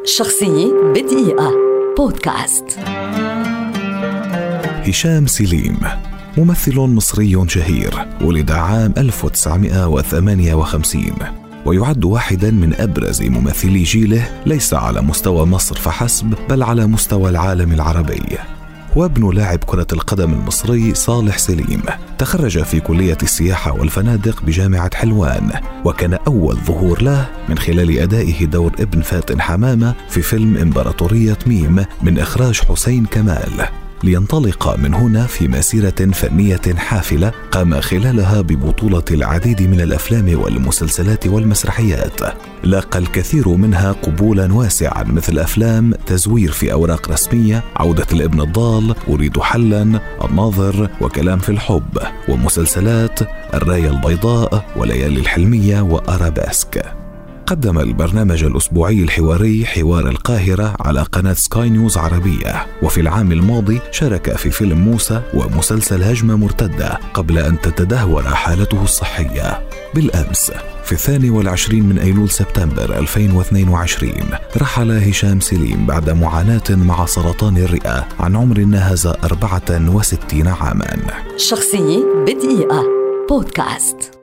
شخصية بدقيقة بودكاست. هشام سليم ممثل مصري شهير، ولد عام 1958 ويعد واحدا من أبرز ممثلي جيله، ليس على مستوى مصر فحسب بل على مستوى العالم العربي. وابن لاعب كرة القدم المصري صالح سليم، تخرج في كلية السياحة والفنادق بجامعة حلوان، وكان أول ظهور له من خلال أدائه دور ابن فاتن حمامة في فيلم إمبراطورية ميم من إخراج حسين كمال، لينطلق من هنا في مسيرة فنية حافلة قام خلالها ببطولة العديد من الأفلام والمسلسلات والمسرحيات، لاقى الكثير منها قبولا واسعا، مثل أفلام تزوير في أوراق رسمية، عودة الابن الضال، أريد حلا، الناظر، وكلام في الحب، ومسلسلات الراية البيضاء وليالي الحلمية وأراباسك. قدم البرنامج الأسبوعي الحواري حوار القاهرة على قناة سكاي نيوز عربية، وفي العام الماضي شارك في فيلم موسى ومسلسل هجمة مرتدة قبل أن تتدهور حالته الصحية. بالأمس في 22 من أيلول سبتمبر 2022 رحل هشام سليم بعد معاناة مع سرطان الرئة عن عمر ناهز 64 عاما. شخصية بدقيقة بودكاست.